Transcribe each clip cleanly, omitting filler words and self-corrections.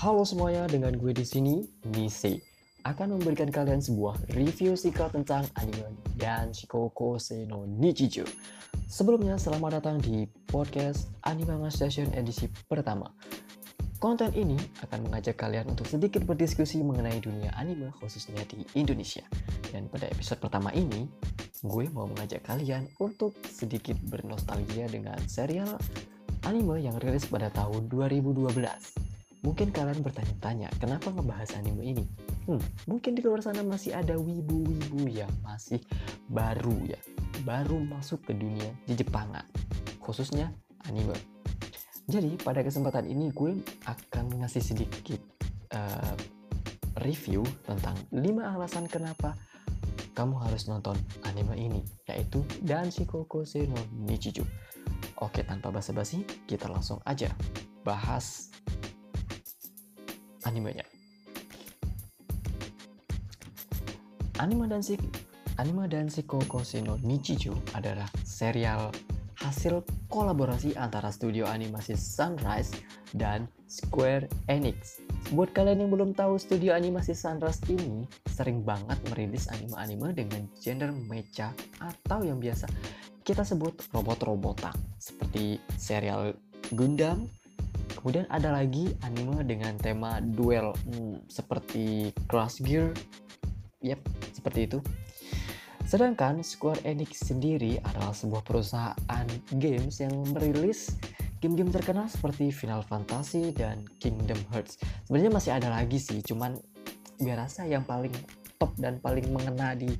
Halo semuanya, dengan gue di sini, Nise, akan memberikan kalian sebuah review singkat tentang anime dan Shikoku no Nichijou. Sebelumnya, selamat datang di podcast Anime Station edisi pertama. Konten ini akan mengajak kalian untuk sedikit berdiskusi mengenai dunia anime khususnya di Indonesia. Dan pada episode pertama ini, gue mau mengajak kalian untuk sedikit bernostalgia dengan serial anime yang rilis pada tahun 2012. Mungkin kalian bertanya-tanya, kenapa ngebahas anime ini? Mungkin di luar sana masih ada wibu-wibu yang masih baru masuk ke dunia di Jepangan, khususnya anime. Jadi pada kesempatan ini gue akan ngasih sedikit review tentang 5 alasan kenapa kamu harus nonton anime ini, yaitu Shikoku no Nichijou. Oke, tanpa basa-basi, kita langsung aja bahas animenya. Anime dan Shikoku no Nichijou adalah serial hasil kolaborasi antara studio animasi Sunrise dan Square Enix. Buat kalian yang belum tahu, studio animasi Sunrise ini sering banget merilis anime-anime dengan genre mecha atau yang biasa kita sebut robot-robotan, seperti serial Gundam. Kemudian ada lagi anime dengan tema duel, seperti Crush Gear. Seperti itu. Sedangkan Square Enix sendiri adalah sebuah perusahaan games yang merilis game-game terkenal seperti Final Fantasy dan Kingdom Hearts. Sebenarnya masih ada lagi sih, cuman gue rasa yang paling top dan paling mengena di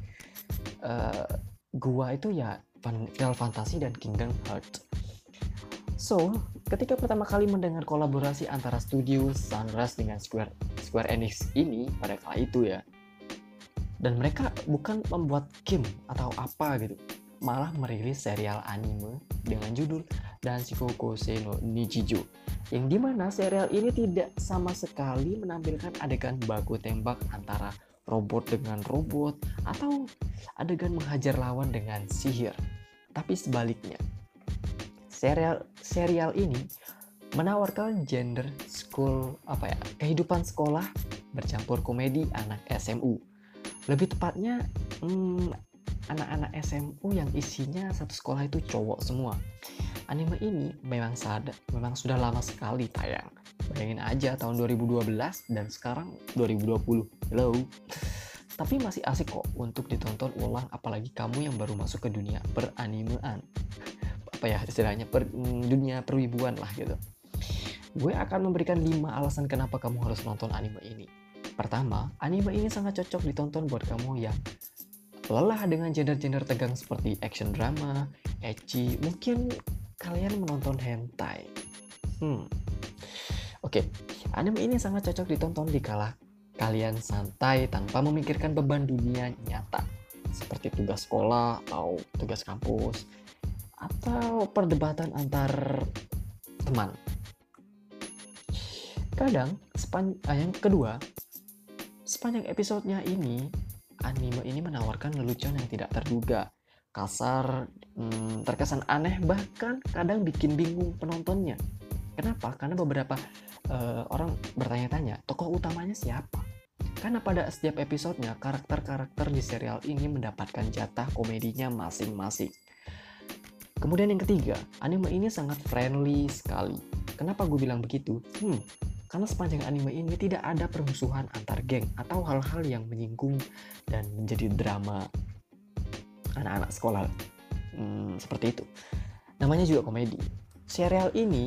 gua itu ya Final Fantasy dan Kingdom Hearts. So, ketika pertama kali mendengar kolaborasi antara studio Sunrise dengan Square Enix ini pada kala itu ya, dan mereka bukan membuat game atau apa gitu, malah merilis serial anime dengan judul Shikoku no Nichijou, yang dimana serial ini tidak sama sekali menampilkan adegan baku tembak antara robot dengan robot atau adegan menghajar lawan dengan sihir. Tapi sebaliknya, serial ini menawarkan genre kehidupan sekolah bercampur komedi anak SMU. Lebih tepatnya anak-anak SMU yang isinya satu sekolah itu cowok semua. Anime ini memang sudah lama sekali tayang. Bayangin aja, tahun 2012 dan sekarang 2020. Hello. Tapi masih asik kok untuk ditonton ulang, apalagi kamu yang baru masuk ke dunia peranimean. Istilahnya dunia perwibuan lah gitu. Gue akan memberikan 5 alasan kenapa kamu harus nonton anime ini. Pertama, anime ini sangat cocok ditonton buat kamu yang lelah dengan genre-genre tegang seperti action drama, ecchi, mungkin kalian menonton hentai. Oke, anime ini sangat cocok ditonton dikala kalian santai tanpa memikirkan beban dunia nyata, seperti tugas sekolah atau tugas kampus, atau perdebatan antar teman. Yang kedua, sepanjang episodenya ini, anime ini menawarkan lelucon yang tidak terduga, kasar, terkesan aneh, bahkan kadang bikin bingung penontonnya. Kenapa? Karena beberapa orang bertanya-tanya, tokoh utamanya siapa? Karena pada setiap episodenya, karakter-karakter di serial ini mendapatkan jatah komedinya masing-masing. Kemudian yang ketiga, anime ini sangat friendly sekali. Kenapa gue bilang begitu? Karena sepanjang anime ini tidak ada permusuhan antar geng atau hal-hal yang menyinggung dan menjadi drama anak-anak sekolah. Seperti itu. Namanya juga komedi. Serial ini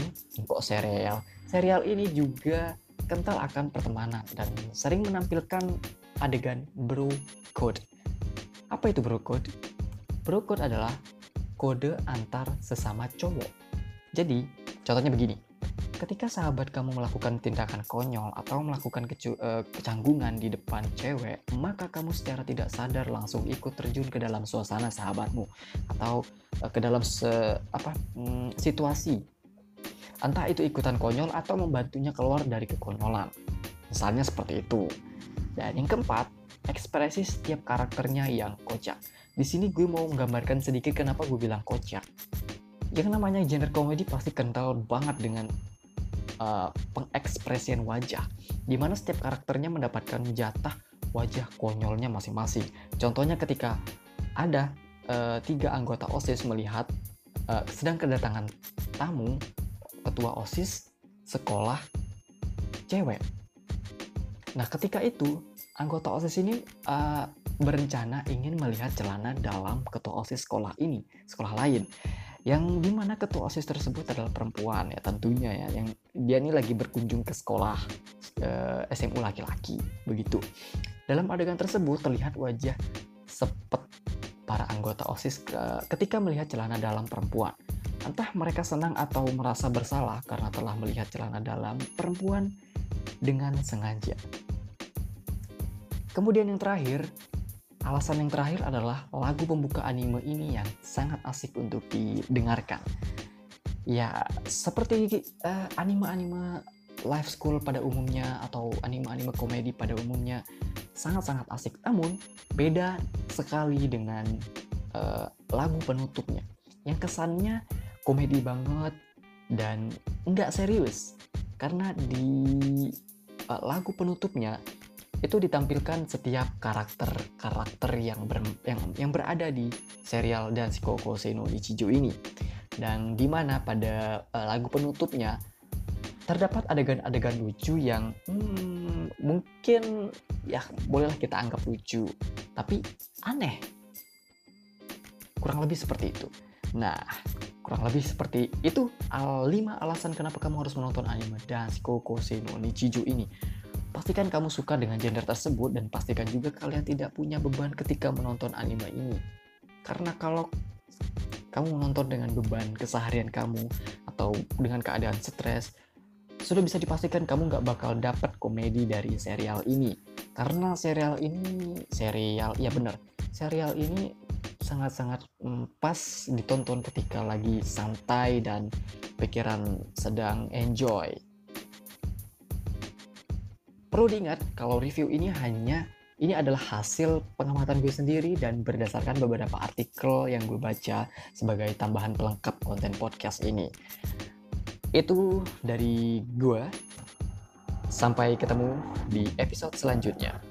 juga kental akan pertemanan dan sering menampilkan adegan bro code. Apa itu bro code? Bro code adalah kode antar sesama cowok. Jadi, contohnya begini. Ketika sahabat kamu melakukan tindakan konyol atau melakukan kecanggungan di depan cewek, maka kamu secara tidak sadar langsung ikut terjun ke dalam suasana sahabatmu atau ke dalam situasi. Entah itu ikutan konyol atau membantunya keluar dari kekonyolan. Misalnya seperti itu. Dan yang keempat, ekspresi setiap karakternya yang kocak. Di sini gue mau menggambarkan sedikit kenapa gue bilang kocak. Yang namanya genre komedi pasti kental banget dengan pengekspresian wajah, di mana setiap karakternya mendapatkan jatah wajah konyolnya masing-masing. Contohnya ketika ada 3 anggota OSIS melihat sedang kedatangan tamu ketua OSIS sekolah cewek. Nah, ketika itu anggota OSIS ini berencana ingin melihat celana dalam ketua OSIS sekolah lain. Yang dimana ketua OSIS tersebut adalah perempuan ya tentunya ya, yang dia ini lagi berkunjung ke sekolah SMU laki-laki begitu. Dalam adegan tersebut terlihat wajah sepet para anggota OSIS ketika melihat celana dalam perempuan. Entah mereka senang atau merasa bersalah karena telah melihat celana dalam perempuan dengan sengaja. Kemudian alasan yang terakhir adalah lagu pembuka anime ini yang sangat asik untuk didengarkan. Ya, seperti anime-anime live school pada umumnya atau anime-anime komedi pada umumnya, sangat-sangat asik. Namun, beda sekali dengan lagu penutupnya yang kesannya komedi banget dan nggak serius. Karena di lagu penutupnya itu ditampilkan setiap karakter yang berada di serial Danshiko Kosei no Nichijou ini. Dan di mana pada lagu penutupnya terdapat adegan-adegan lucu yang mungkin ya bolehlah kita anggap lucu, tapi aneh. Kurang lebih seperti itu. Nah, kurang lebih seperti itu 5 alasan kenapa kamu harus menonton anime Danshiko Kosei no Nichijou ini. Pastikan kamu suka dengan genre tersebut dan pastikan juga kalian tidak punya beban ketika menonton anime ini. Karena kalau kamu menonton dengan beban keseharian kamu atau dengan keadaan stres, sudah bisa dipastikan kamu nggak bakal dapat komedi dari serial ini. Karena serial ini sangat-sangat pas ditonton ketika lagi santai dan pikiran sedang enjoy. Perlu diingat kalau review ini adalah hasil pengamatan gue sendiri dan berdasarkan beberapa artikel yang gue baca sebagai tambahan pelengkap konten podcast ini. Itu dari gue. Sampai ketemu di episode selanjutnya.